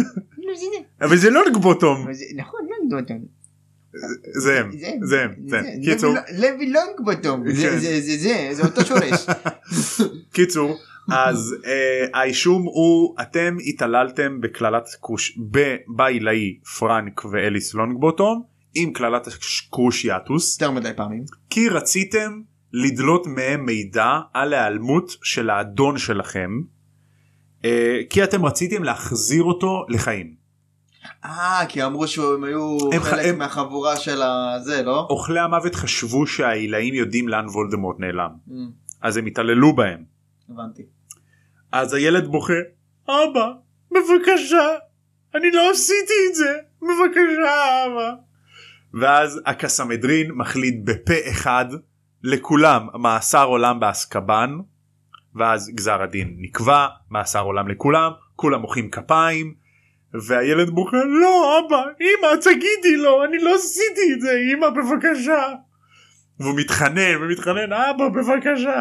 S1: אבל זה לא לונגבוטום.
S2: נכון, לונגבוטום.
S1: זה הם. קיצור.
S2: לוי לונגבוטום. זה אותו שורש.
S1: קיצור, אז האישום הוא אתם התעללתם בכללת בעילאי פרנק ואליס לונגבוטום עם כללת הקרושיאטוס.
S2: יותר מדי פעמים.
S1: כי רציתם לדלות מהם מידע על ההיעלמות של האדון שלכם. כי אתם רציתם להחזיר אותו לחיים.
S2: כי אמרו שהם היו חלק מהחבורה של זה, לא?
S1: אוכלי המוות חשבו שהעילאים יודעים לאן וולדמורט נעלם. אז הם התעללו בהם.
S2: הבנתי.
S1: אז הילד בוכה, אבא, בבקשה, אני לא עשיתי את זה, בבקשה אבא. ואז הקסמדרין מחליט בפה אחד לכולם מאסר עולם באסקבן. ואז גזר הדין נקבע, מאסר עולם לכולם, כולם מוחאים כפיים, והילד בוכה, לא אבא, אמא תגידי לו, אני לא עשיתי את זה, אמא בבקשה. והוא מתחנן, אבא בבקשה.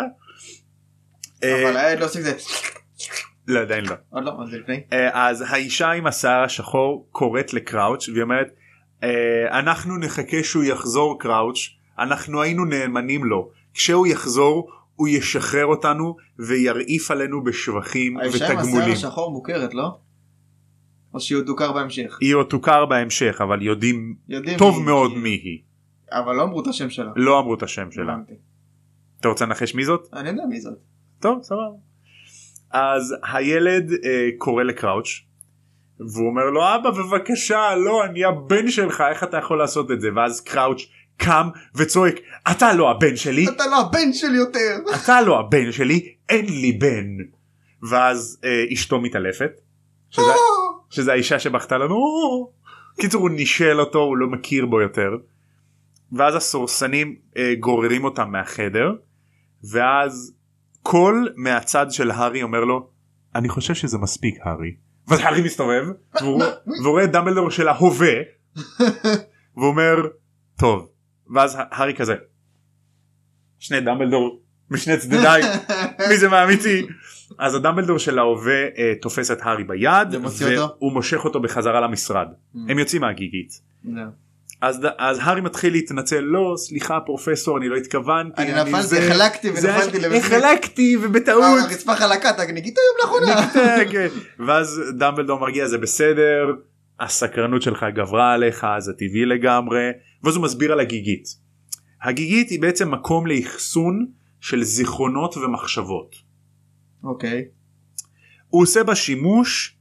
S2: אבל הילד לא עושה את זה.
S1: לא, עדיין לא.
S2: עוד לא, זה לפני.
S1: אז האישה עם השיער השחור קוראת לקראוץ' והיא אומרת, אנחנו נחכה שהוא יחזור קראוץ', אנחנו היינו נאמנים לו, כשהוא יחזור הוא ישחרר אותנו וירעיף עלינו בשבחים ותגמולים.
S2: האישה עם השיער השחור מוכרת, לא? או שהיא עוד תוכר בהמשך?
S1: היא עוד תוכר בהמשך, אבל יודעים טוב מאוד מי היא.
S2: אבל לא אמרו את השם שלה.
S1: לא אמרו את השם שלה. אתה רוצה לנחש מי זאת?
S2: אני יודע מי זאת.
S1: טוב, סבבה. אז הילד קורא לקראוץ' והוא אומר לו, אבא בבקשה, לא, אני הבן שלך, איך אתה יכול לעשות את זה? ואז קראוץ' קם וצועק, אתה לא הבן שלי.
S2: אתה לא הבן שלי יותר.
S1: אתה לא הבן שלי, אין לי בן. ואז אשתו מתעלפת. שזה האישה שבכתה לנו. קיצור הוא נישל אותו, הוא לא מכיר בו יותר. ואז הסורסנים גוררים אותם מהחדר. ואז כל מהצד של הארי אומר לו, אני חושב שזה מספיק הארי. ואז הארי מסתובב והוא רואה דמבלדור של ההווה. והוא אומר טוב. ואז הארי כזה, שני דמבלדור משני צדדיי, מי זה מאמיתי? אז הדמבלדור של ההווה תופס את הארי ביד והוא מושך אותו בחזרה למשרד. הם יוצאים מהגיגית. אז הארי מתחיל להתנצל, לא סליחה פרופסור, אני לא התכוונתי,
S2: אני נפלתי,
S1: החלקתי ובטעות
S2: הרצפה חלקה, נגיד היום לאחרונה.
S1: ואז דמבלדור מרגיע, זה בסדר, הסקרנות שלך גברה עליך, זה טבעי לגמרי. ואז הוא מסביר על הגיגית. הגיגית היא בעצם מקום לאחסון של זיכרונות ומחשבות.
S2: אוקיי.
S1: הוא עושה בה שימוש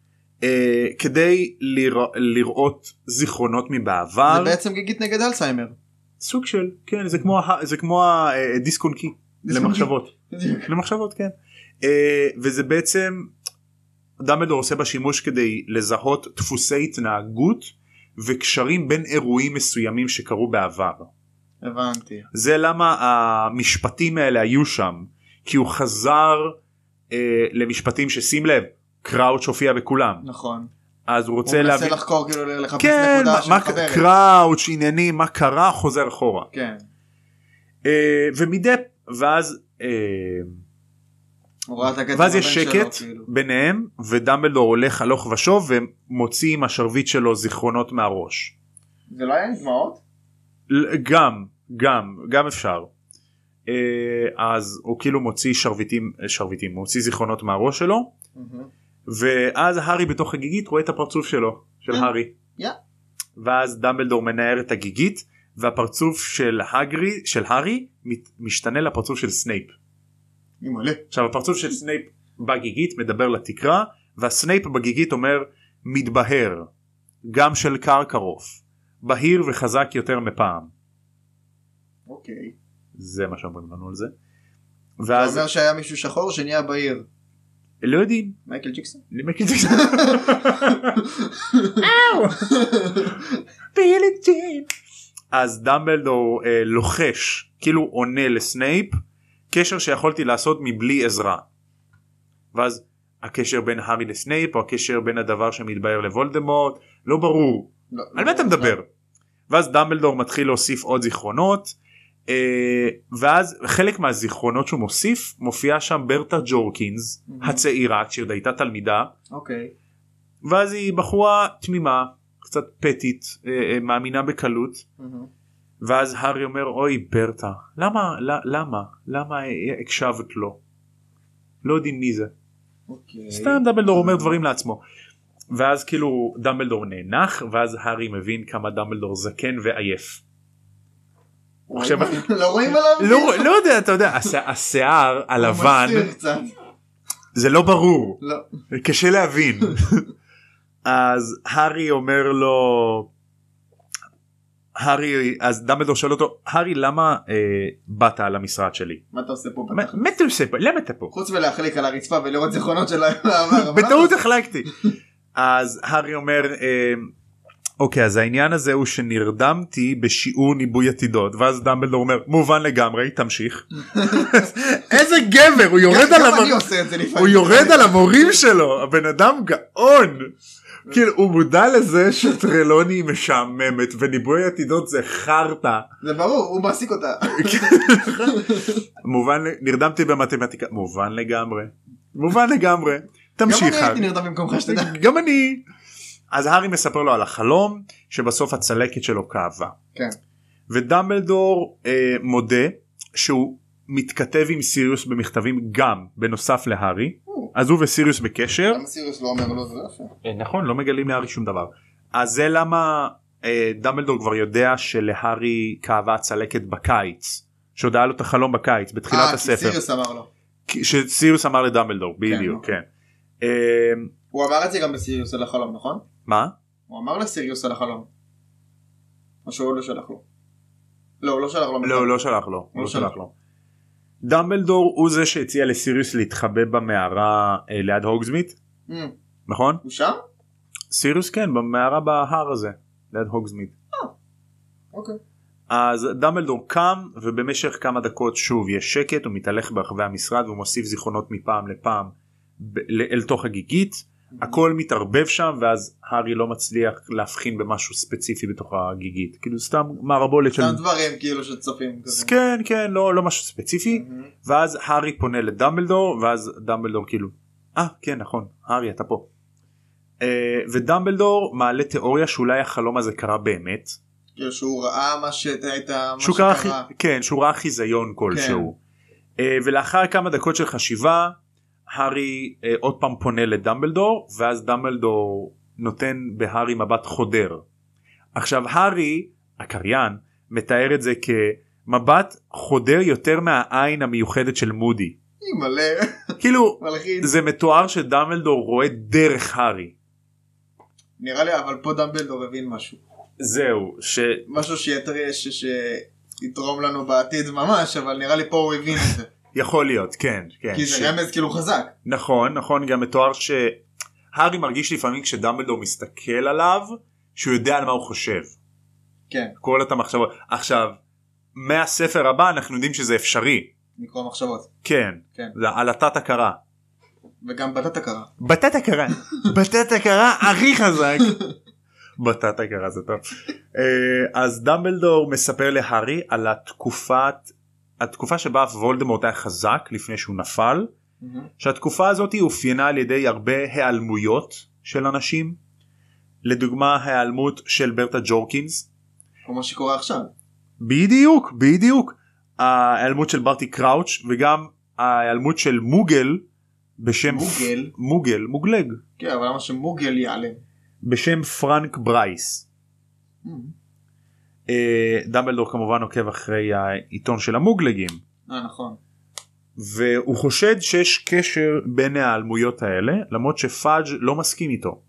S1: כדי לראות זיכרונות מבעבר.
S2: זה בעצם גיגית נגד אלצהיימר.
S1: סוג של, כן, זה כמו הדיסק און קי למחשבות. למחשבות, כן. וזה בעצם, דמבלדור עושה בה שימוש כדי לזהות דפוסי התנהגות וקשרים בין אירועים מסוימים שקרו בעבר.
S2: הבנתי.
S1: זה למה המשפטים האלה היו שם, כי הוא חזר למשפטים ששים לב, קראוץ' הופיע בכולם.
S2: נכון.
S1: אז הוא רוצה
S2: הוא
S1: להבין.
S2: מנסה לחקור כאילו לחפש
S1: כן,
S2: נקודה שמחברת.
S1: קראוץ' עניינים, מה קרה, חוזר אחורה.
S2: כן.
S1: ואז
S2: הוא ראה את הקטע
S1: ואז יש
S2: בבן שלו,
S1: שקט
S2: כאילו.
S1: ביניהם ודמבלדור הולך הלוך ושוב ומוציא עם השרביט שלו זיכרונות מהראש.
S2: זה לא היה עם דמעות?
S1: גם אפשר. אז הוא כאילו מוציא שרביטים, מוציא זיכרונות מהראש שלו, ואז הארי בתוך הגיגית רואה את הפרצוף שלו, של הארי. ואז דמבלדור מנער את הגיגית והפרצוף של הארי משתנה לפרצוף של סנייפ. עכשיו הפרצוף של סנייפ בגיגית מדבר לתקרה, והסנייפ בגיגית אומר מתבהר, גם של קרקרוף, בהיר וחזק יותר מפעם.
S2: אוקיי.
S1: זה מה שאומרים לנו על זה.
S2: זה אומר שהיה מישהו שחור שנהיה בהיר.
S1: לא יודעים.
S2: מייקל ג'קסון?
S1: מייקל ג'קסון. אאו! בילי ג'ין. אז דמבלדור לוחש, כאילו עונה לסנייפ, קשר שיכולתי לעשות מבלי עזרה. ואז הקשר בין הארי לסנייפ, או הקשר בין הדבר שמתבהר לוולדמורט, לא ברור. על מה אתה מדבר? ואז דמבלדור מתחיל להוסיף עוד זיכרונות, ואז חלק מהזיכרונות שהוא מוסיף, מופיעה שם ברטה ג'ורקינס, הצעירה, כשהייתה תלמידה.
S2: אוקיי.
S1: ואז היא בחורה תמימה, קצת פטית, מאמינה בקלות. ואז הארי אומר, אוי ברטה, למה הקשבת לו? לא יודעים מי זה. סתם דמבלדור אומר דברים לעצמו. ואז כאילו דמבלדור נאנח, ואז הארי מבין כמה דמבלדור זקן ועייף.
S2: לא רואים עליו?
S1: לא יודע, אתה יודע, השיער הלבן, זה לא ברור, קשה להבין. אז הארי אומר לו, אז דמבלדור שואל אותו, הארי למה באת על המשרד שלי?
S2: מה אתה עושה פה?
S1: מה אתה עושה פה? למה אתה פה?
S2: חוץ ולהחליק על הרצפה ולראות זיכרונות של העבר.
S1: בטעות החלקתי. אז הארי אומר, אוקיי, אז העניין הזה הוא שנרדמתי בשיעור ניבוי עתידות, ואז דמבלדור אומר, מובן לגמרי, תמשיך. איזה גבר, הוא יורד על המורים שלו, הבן אדם גאון. כאילו הוא מודע לזה שטרלוני משעממת וניבוי עתידות זה חרטה.
S2: זה ברור, הוא מעסיק אותה.
S1: נרדמתי במתמטיקה, מובן לגמרי. תמשיך.
S2: גם אני הייתי נרדם במקומך שתדע.
S1: גם אני. אז הארי מספר לו על החלום שבסוף הצלקת שלו כאבה.
S2: כן.
S1: ודמבלדור מודה שהוא מתכתב עם סיריוס במכתבים גם בנוסף להארי. אז הוא וסיריוס בקשר.
S2: למה סיריוס לא אומר לו זה יפה?
S1: נכון, לא מגלים להארי שום דבר. אז זה למה דמבלדור כבר יודע שלהארי כאבה הצלקת בקיץ. שעוד היה לו את החלום בקיץ בתחילת הספר.
S2: סיריוס אמר לו.
S1: שסיריוס אמר לדמבלדור, בדיוק, כן.
S2: הוא אמר את זה גם לסיריוס על החלום, נכון?
S1: מה?
S2: הוא אמר לסיריוס על החלום. או שהוא לא שלח לו. לא, הוא לא שלח לו.
S1: לא, הוא לא שלח לו. דמבלדור הוא זה שהציע לסיריוס להתחבא במערה ליד הוגזמית. נכון?
S2: הוא שם?
S1: סיריוס כן, במערה בהר הזה, ליד הוגזמית.
S2: אוקיי.
S1: אז דמבלדור קם ובמשך כמה דקות שוב יש שקט, הוא מתהלך ברחבי המשרד ומוסיף זיכרונות מפעם לפעם אל תוך הגיגית. הכל מתערבב שם ואז הארי לא מצליח להבחין במשהו ספציפי בתוך הגיגית, כאילו סתם מערבולת של
S2: סתם דברים כאילו שצופים כזה.
S1: כן, לא משהו ספציפי. ואז הארי פונה לדמבלדור ואז דמבלדור כאילו כן נכון הארי אתה פה, ודמבלדור מעלה תיאוריה שאולי החלום הזה קרה באמת,
S2: כאילו שהוא ראה מה שקרה,
S1: כן, שהוא ראה חיזיון כלשהו. ולאחר כמה דקות של חשיבה הארי עוד פעם פונה לדמבלדור ואז דמבלדור נותן בהארי מבט חודר. עכשיו הארי הקריין מתאר את זה כמבט חודר יותר מהעין המיוחדת של מודי.
S2: מלא.
S1: כאילו זה מתואר שדמבלדור רואה דרך הארי.
S2: נראה לי אבל פה דמבלדור הבין משהו.
S1: זהו.
S2: משהו שיתרום לנו בעתיד ממש, אבל נראה לי פה הוא הבין את זה.
S1: יכול להיות, כן.
S2: כי זה רמז כאילו חזק.
S1: נכון, גם מתואר שהארי מרגיש לפעמים כשדמבלדור מסתכל עליו, שהוא יודע על מה הוא חושב.
S2: כן.
S1: כל את המחשבות. עכשיו, מהספר הבא אנחנו יודעים שזה אפשרי.
S2: לקרוא מחשבות.
S1: כן. זה על התת הכרה.
S2: וגם בטטה קרה.
S1: בטטה קרה. בטטה קרה הכי חזק. בטטה קרה זה טוב. אז דמבלדור מספר להארי על התקופה שבה וולדמורט היה חזק לפני שהוא נפל, שהתקופה הזאת אופיינה על ידי הרבה היעלמויות של אנשים, לדוגמה ההיעלמות של ברטה ג'ורקינס,
S2: כמו מה שקורה עכשיו.
S1: בדיוק ההיעלמות של ברטי קראוץ' וגם ההיעלמות של מוגל בשם מוגלג.
S2: כן, אבל למה שמוגל ייעלם? בשם
S1: פרנק ברייס. דמבלדור כמובן עוקב אחרי העיתון של המוגלגים.
S2: נכון.
S1: והוא חושד שיש קשר בין ההיעלמויות האלה, למרות שפאג' לא מסכים איתו.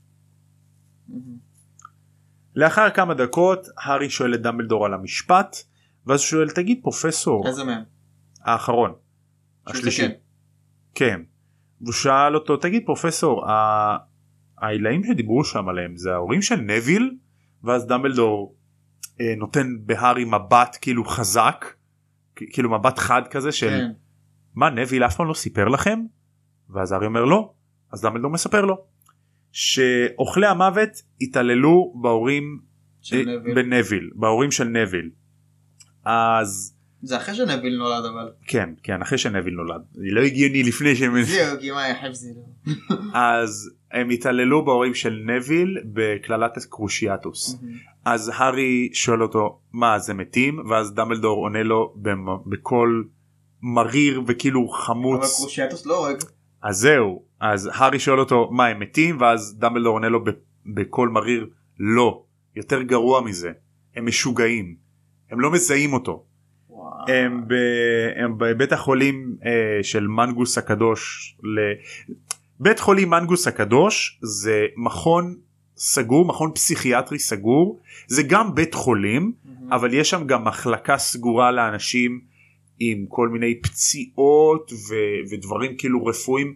S1: לאחר כמה דקות הארי שואל את דמבלדור על המשפט, ואז הוא שואל, תגיד פרופסור,
S2: איזה מהם?
S1: האחרון, השלישי. כן. והוא שאל אותו, תגיד פרופסור, העילאים שדיברו שם עליהם זה ההורים של נביל? ואז דמבלדור נותן בהארי מבט כאילו חזק, כאילו מבט חד כזה של
S2: כן.
S1: מה, נביל אף פעם לא סיפר לכם? ואז הארי אומר לא. אז דמבלדור מספר לו שאוכלי המוות התעללו בהורים בנביל, בהורים של נביל. אז
S2: זה אחרי שנביל נולד אבל.
S1: כן, אחרי שנביל נולד. זה לא הגיוני לפני שהם...
S2: זהו, כי מה יחב זה לא.
S1: אז הם התעללו בהורים של נביל בקללת קרושיאטוס. אז הארי שואל אותו, מה, זה מתים? ואז דמבלדור עונה לו בקול מריר וכאילו חמוץ.
S2: אבל קרושיאטוס לא הורג.
S1: אז זהו, אז הארי שואל אותו, מה, הם מתים? ואז דמבלדור עונה לו בקול מריר, לא, יותר גרוע מזה, הם משוגעים, הם לא מזהים אותו. הם בבית החולים של מנגוס הקדוש. בית חולים מנגוס הקדוש זה מכון סגור, מכון פסיכיאטרי סגור, זה גם בית חולים, אבל יש שם גם מחלקה סגורה לאנשים עם כל מיני פציעות ודברים כאילו רפואיים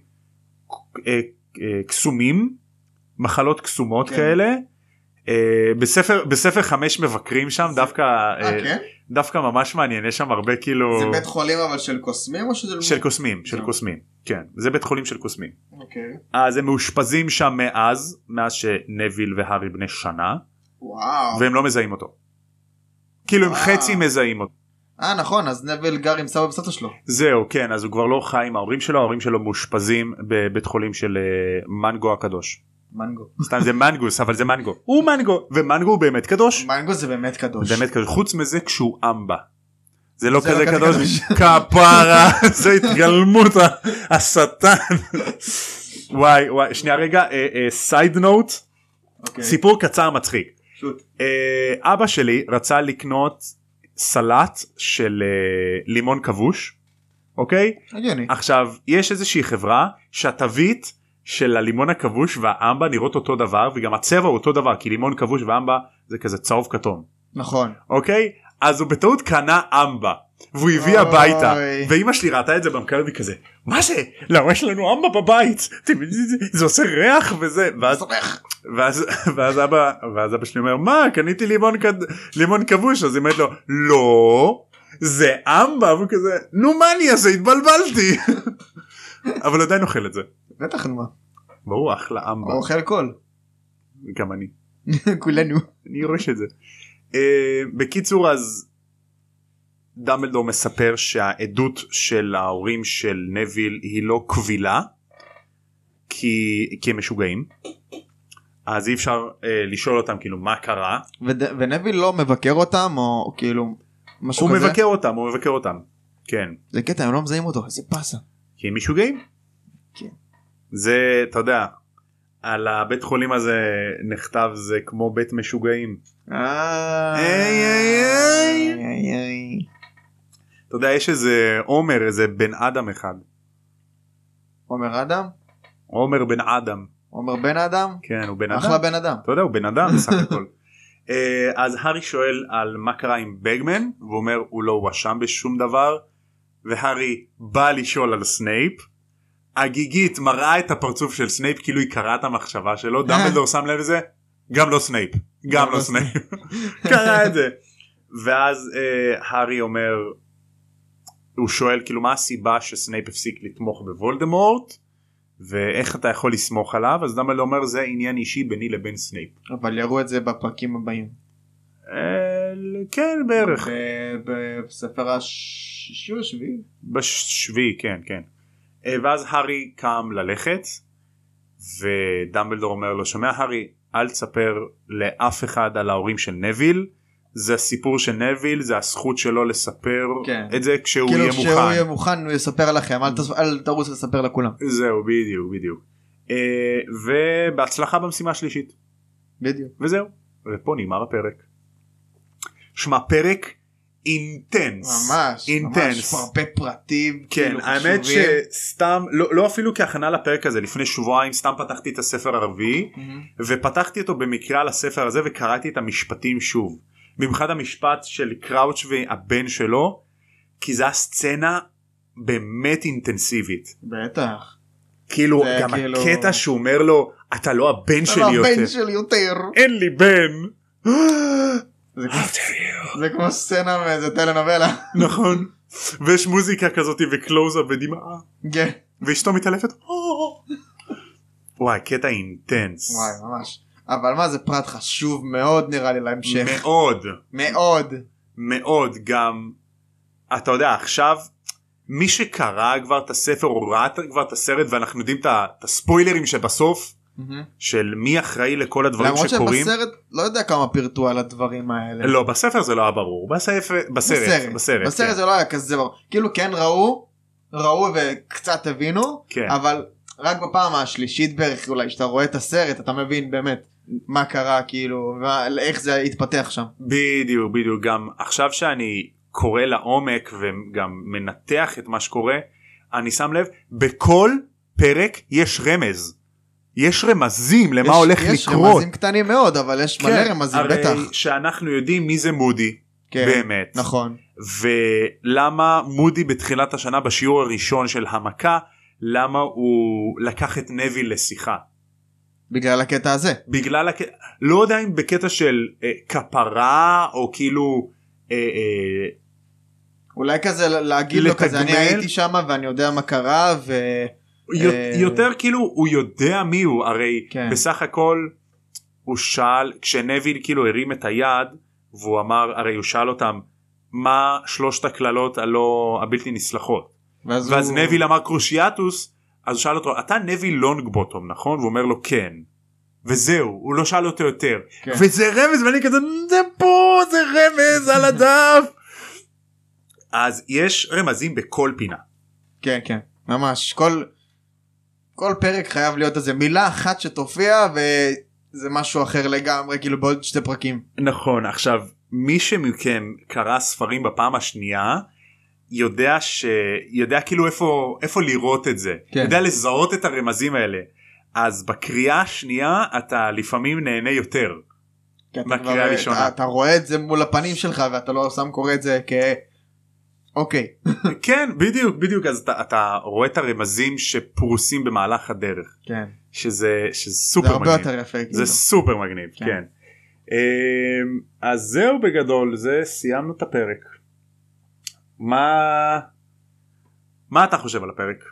S1: קסומים, מחלות קסומות כאלה. בספר 5 מבקרים שם דווקא ממש מעניין, יש שם הרבה כאילו...
S2: זה בית חולים אבל של קוסמים או שזה...
S1: של קוסמים, כן, זה בית חולים של קוסמים.
S2: אוקיי.
S1: אז הם מאושפזים שם מאז שנביל והארי בני שנה, והם לא מזהים אותו, כאילו הם חצי מזהים אותו.
S2: נכון, אז נביל גר עם סבא וסבתא שלו.
S1: זהו, כן, אז הוא כבר לא חי עם ההורים שלו מאושפזים בבית חולים של מנגו הקדוש.
S2: מנגו.
S1: סתם זה מנגוס, אבל זה מנגו. הוא מנגו, ומנגו הוא באמת קדוש.
S2: מנגו זה באמת קדוש.
S1: באמת קדוש, חוץ מזה כשהוא אמבה. זה לא כזה קדוש. כפרה, זה התגלמות השטן. וואי, שנייה רגע, סייד נוט, סיפור קצר מצחיק. אבא שלי רצה לקנות סלט של לימון כבוש, אוקיי? עכשיו, יש איזושהי חברה שהתווית של הלימון הכבוש והאמבה נראות אותו דבר, וגם הצבע הוא אותו דבר, כי לימון כבוש ואמבה זה כזה צהוב כתום.
S2: נכון.
S1: אוקיי? אז הוא בטעות קנה אמבה, והוא הביא הביתה, ואמא שלי ראתה את זה במקרר וכזה, מה זה? למה יש לנו אמבה בבית? זה עושה ריח וזה, ואז אבא שלי אומר, מה? קניתי לימון כבוש, אז היא אומרת לו, לא, זה אמבה, והוא כזה, נו מה אני אעשה? התבלבלתי. אבל עדיין אוכל את זה.
S2: בטח מה.
S1: ברור, אחלה אמבה.
S2: הוא אוכל קול.
S1: גם אני.
S2: כולנו.
S1: אני רואה שזה. בקיצור, אז דמבלדור מספר שהעדות של ההורים של נביל היא לא קבילה, כי הם משוגעים. אז אי אפשר לשאול אותם כאילו מה קרה.
S2: ונביל לא מבקר אותם או כאילו משהו כזה?
S1: הוא מבקר אותם. כן.
S2: זה קטע, הם לא מזהים אותו, איזה פסה.
S1: כי הם משוגעים.
S2: כן.
S1: זה, אתה יודע, על הבית חולים הזה נכתב זה כמו בית משוגעים. אתה יודע, יש איזה עומר, איזה בן אדם אחד.
S2: עומר אדם?
S1: עומר בן אדם.
S2: עומר בן אדם?
S1: כן, הוא בן אדם.
S2: אחלה בן אדם.
S1: אתה יודע, הוא בן אדם בסך הכל. אז הארי שואל על מה קרה עם בגמן, והוא אומר הוא לא הואשם בשום דבר, והארי בא לשאול על סנייפ. הגיגית מראה את הפרצוף של סנייפ כאילו היא קראה את המחשבה שלו. דמבלדור שם לב לזה, גם לא סנייפ, גם לא סנייפ. קרא את זה. ואז הארי אומר, הוא שואל כאילו מה הסיבה שסנייפ הפסיק לתמוך בוולדמורט, ואיך אתה יכול לסמוך עליו. אז דמבלדור אומר זה עניין אישי ביני לבין סנייפ.
S2: אבל יראו את זה בפרקים הבאים.
S1: כן בערך.
S2: בספר השישי או השביעי?
S1: בשביעי, כן כן. ואז הארי קם ללכת ודמבלדור אומר לו שומע הארי, אל תספר לאף אחד על ההורים של נביל, זה הסיפור של נביל, זה הזכות שלו לספר את זה כשהוא
S2: כאילו
S1: יהיה מוכן.
S2: כשהוא יהיה מוכן הוא יספר לכם, אל תרוץ לספר לכולם.
S1: זהו, בדיוק. ובהצלחה במשימה השלישית.
S2: בדיוק.
S1: וזהו, ופה נגמר הפרק. שמע, פרק אינטנס.
S2: ממש הרבה פרטים.
S1: כן, האמת שסתם, לא אפילו כהכנה לפרק הזה, לפני שבועיים סתם פתחתי את הספר הרביעי, ופתחתי אותו במקרה על הספר הזה וקראתי את המשפטים שוב. במיוחד המשפט של קראוץ' והבן שלו, כי זו הסצנה באמת אינטנסיבית.
S2: בטח.
S1: כאילו גם הקטע שהוא אומר לו אתה לא הבן שלי יותר. אין לי בן.
S2: זה כמו סצנה מאיזה טלנובלה.
S1: נכון. ויש מוזיקה כזאת וקלוז-אפ ודמעה.
S2: כן.
S1: ואשתו מתעלפת. וואי, קטע אינטנס.
S2: וואי, ממש. אבל מה, זה פרט חשוב מאוד נראה לי להמשך.
S1: מאוד. גם אתה יודע עכשיו מי שקרא כבר את הספר או ראה כבר את הסרט ואנחנו יודעים את הספוילרים שבסוף של מי אחראי לכל הדברים שקורים.
S2: למרות שבסרט לא יודע כמה פירטו על הדברים האלה.
S1: לא, בספר זה לא היה ברור. בסרט
S2: זה לא היה כזה ברור. כאילו כן ראו וקצת הבינו, אבל רק בפעם השלישית בערך אולי שאתה רואה את הסרט אתה מבין באמת מה קרה כאילו ואיך זה התפתח שם.
S1: בדיוק. גם עכשיו שאני קורא לעומק וגם מנתח את מה שקורה, אני שם לב בכל פרק יש רמז. יש רמזים למה הולך לקרות.
S2: יש רמזים קטנים מאוד אבל יש מלא רמזים בטח.
S1: הרי שאנחנו יודעים מי זה מודי. באמת.
S2: נכון.
S1: ולמה מודי בתחילת השנה בשיעור הראשון של המכה, למה הוא לקח את נביל לשיחה.
S2: בגלל הקטע הזה.
S1: לא יודע אם בקטע של כפרה או כאילו
S2: אולי כזה להגיד לו כזה אני הייתי שם ואני יודע מה קרה
S1: יותר כאילו הוא יודע מי הוא, הרי בסך הכל הוא שאל כשנביל כאילו הרים את היד והוא אמר, הרי הוא שאל אותם מה 3 הקללות הבלתי נסלחות, ואז נביל אמר קרושיאטוס, אז הוא שאל אותו אתה נביל לונגבוטום נכון? והוא אומר לו כן, וזהו, הוא לא שאל אותו יותר, וזה רמז ואני כזה זה פה, זה רמז על הדף. אז יש רמזים בכל פינה.
S2: כן ממש כל פרק חייב להיות איזה מילה אחת שתופיע וזה משהו אחר לגמרי כאילו בעוד 2 פרקים.
S1: נכון. עכשיו מי שמכם קרא ספרים בפעם השנייה יודע כאילו איפה לראות את זה, יודע לזהות את הרמזים האלה, אז בקריאה השנייה אתה לפעמים נהנה יותר מהקריאה הראשונה.
S2: אתה רואה את זה מול הפנים שלך ואתה לא סתם קורא את זה אוקיי.
S1: כן, בדיוק. אז אתה רואה את הרמזים שפרוסים במהלך הדרך.
S2: כן.
S1: שזה סופר מגניב.
S2: זה הרבה יותר יפה.
S1: זה סופר מגניב, כן. אז זהו בגדול, סיימנו את הפרק. מה אתה חושב על הפרק?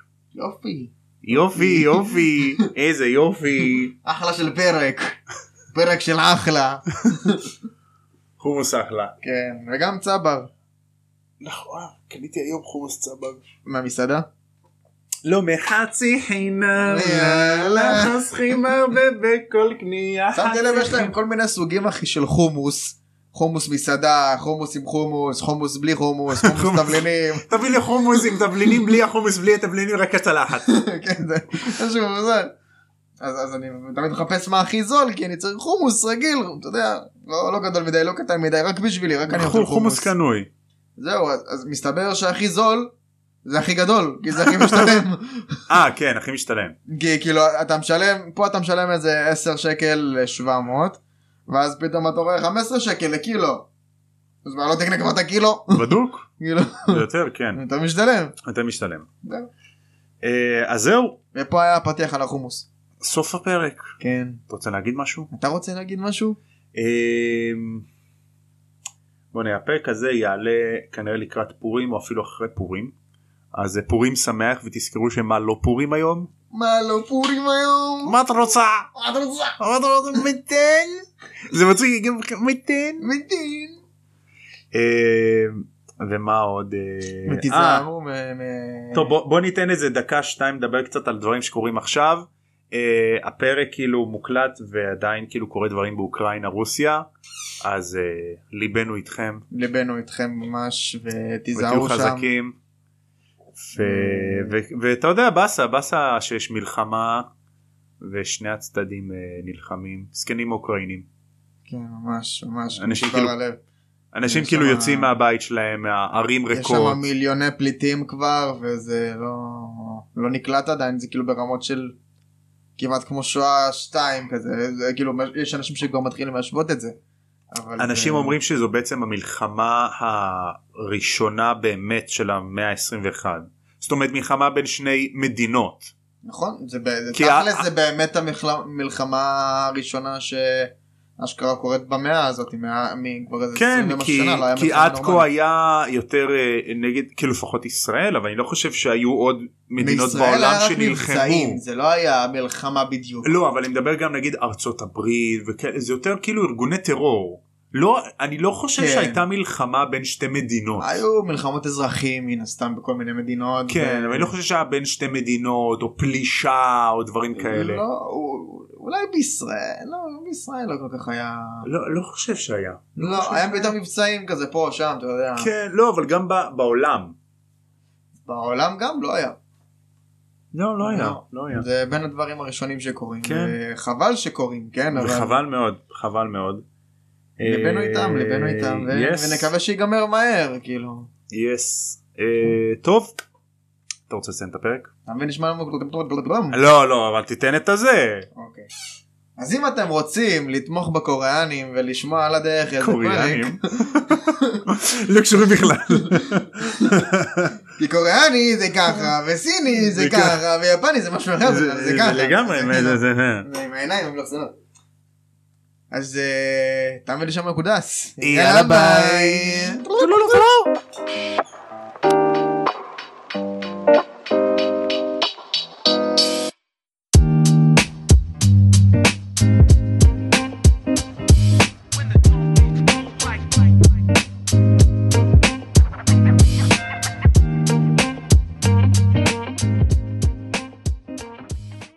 S1: יופי. איזה יופי.
S2: אחלה של פרק של אחלה.
S1: חומוס אחלה.
S2: כן, וגם צבר.
S1: נכון, קניתי היום חומוס צבר.
S2: מהמסעדה?
S1: לא מחצי חינם, חסכים הרבה בכל קנייה.
S2: שמתי לב יש להם כל מיני סוגים אחי של חומוס. חומוס מסעדה, חומוס עם חומוס, חומוס בלי חומוס, חומוס תבלינים.
S1: תביא לי חומוס עם תבלינים בלי החומוס, בלי התבלינים, רק הצלחת.
S2: כן, זה משהו מוזר. אז אני תמיד מחפש מה הכי זול, כי אני צריך חומוס רגיל, אתה יודע, לא גדול מדי, לא קטן מדי, רק בשבילי, רק אני אוכל
S1: חומוס קנוי.
S2: זהו, אז מסתבר שהכי זול זה הכי גדול, כי זה הכי משתלם.
S1: כן, הכי משתלם.
S2: כי כאילו אתה משלם, פה אתה משלם איזה 10 שקל ל-700, ואז פתאום אתה רואה 15 שקל לקילו. אז מה, לא תקנה כבר את הקילו?
S1: בדוק. זה יותר, כן.
S2: אתה משתלם.
S1: אז זהו.
S2: ופה היה הפתיח על החומוס.
S1: סוף הפרק.
S2: כן.
S1: אתה רוצה להגיד משהו?
S2: אתה רוצה להגיד משהו?
S1: בוא נראה, הפרק הזה יעלה כנראה לקראת פורים או אפילו אחרי פורים. אז פורים שמח ותזכרו שמה לא פורים היום?
S2: מה לא פורים היום?
S1: מה אתה רוצה?
S2: מה אתה רוצה?
S1: מה אתה רוצה? מתן? זה מצחיק גם מתן?
S2: מתן.
S1: ומה עוד?
S2: ותיזהרו
S1: טוב בוא ניתן איזה דקה שתיים לדבר קצת על דברים שקורים עכשיו. הפרק כאילו מוקלט ועדיין כאילו קורה דברים באוקראינה רוסיה, אז ליבנו איתכם.
S2: ליבנו איתכם ממש, ותיזהרו שם.
S1: ותהיו חזקים. ואתה יודע, בסה שיש מלחמה ושני הצדדים נלחמים, סקנים אוקראינים.
S2: כן, ממש ממש.
S1: אנשים כאילו יוצאים מהבית שלהם, הערים ריקות.
S2: יש שם מיליוני פליטים כבר, וזה לא נקלט עדיין, זה כאילו ברמות של כמעט כמו שואה 2 כזה, זה כאילו יש אנשים שכבר מתחילים להשוות את זה.
S1: אנשים אומרים שזו בעצם המלחמה הראשונה באמת של המאה ה-21. זאת אומרת מלחמה בין שני מדינות.
S2: נכון, תכל'ס זה באמת המלחמה הראשונה שאשכרה קורית במאה הזאת, כבר איזה 20 שנה.
S1: כי עד כה היה יותר נגד, כאילו לפחות ישראל, אבל אני לא חושב שהיו עוד מדינות בעולם שנלחמו.
S2: זה לא היה מלחמה בדיוק.
S1: לא, אבל אני מדבר גם נגיד ארצות הברית, זה יותר כאילו ארגוני טרור. לא, אני לא חושב שהייתה מלחמה בין שתי מדינות.
S2: היו מלחמות אזרחים מן הסתם בכל מיני מדינות.
S1: כן, אבל אני לא חושב שהיה בין שתי מדינות או פלישה או דברים כאלה.
S2: לא, אולי בישראל, לא, בישראל לא כל כך היה.
S1: לא חושב שהיה.
S2: לא, היה ביותר מבצעים כזה פה, שם, אתה יודע.
S1: כן, לא, אבל גם בעולם.
S2: בעולם גם לא היה.
S1: לא היה.
S2: זה בין הדברים הראשונים שקורים. חבל שקורים, כן.
S1: וחבל מאוד, חבל מאוד.
S2: לבנו איתם, ונקווה שיגמר מהר, כאילו.
S1: יס. טוב. אתה רוצה לסיים את הפרק?
S2: אתה מבין, נשמע לנו...
S1: לא, אבל תיתן את הזה.
S2: אוקיי. אז אם אתם רוצים לתמוך בקוריאנים ולשמוע על הדרך איזה פרק...
S1: קוריאנים? לא קשורים בכלל.
S2: כי קוריאני זה ככה, וסיני זה ככה, ויפני זה משהו אחר, זה ככה.
S1: זה לגמרי, זה...
S2: עם העיניים הם לא חזנות. אז תעמד לשם מקודס.
S1: יאללה ביי.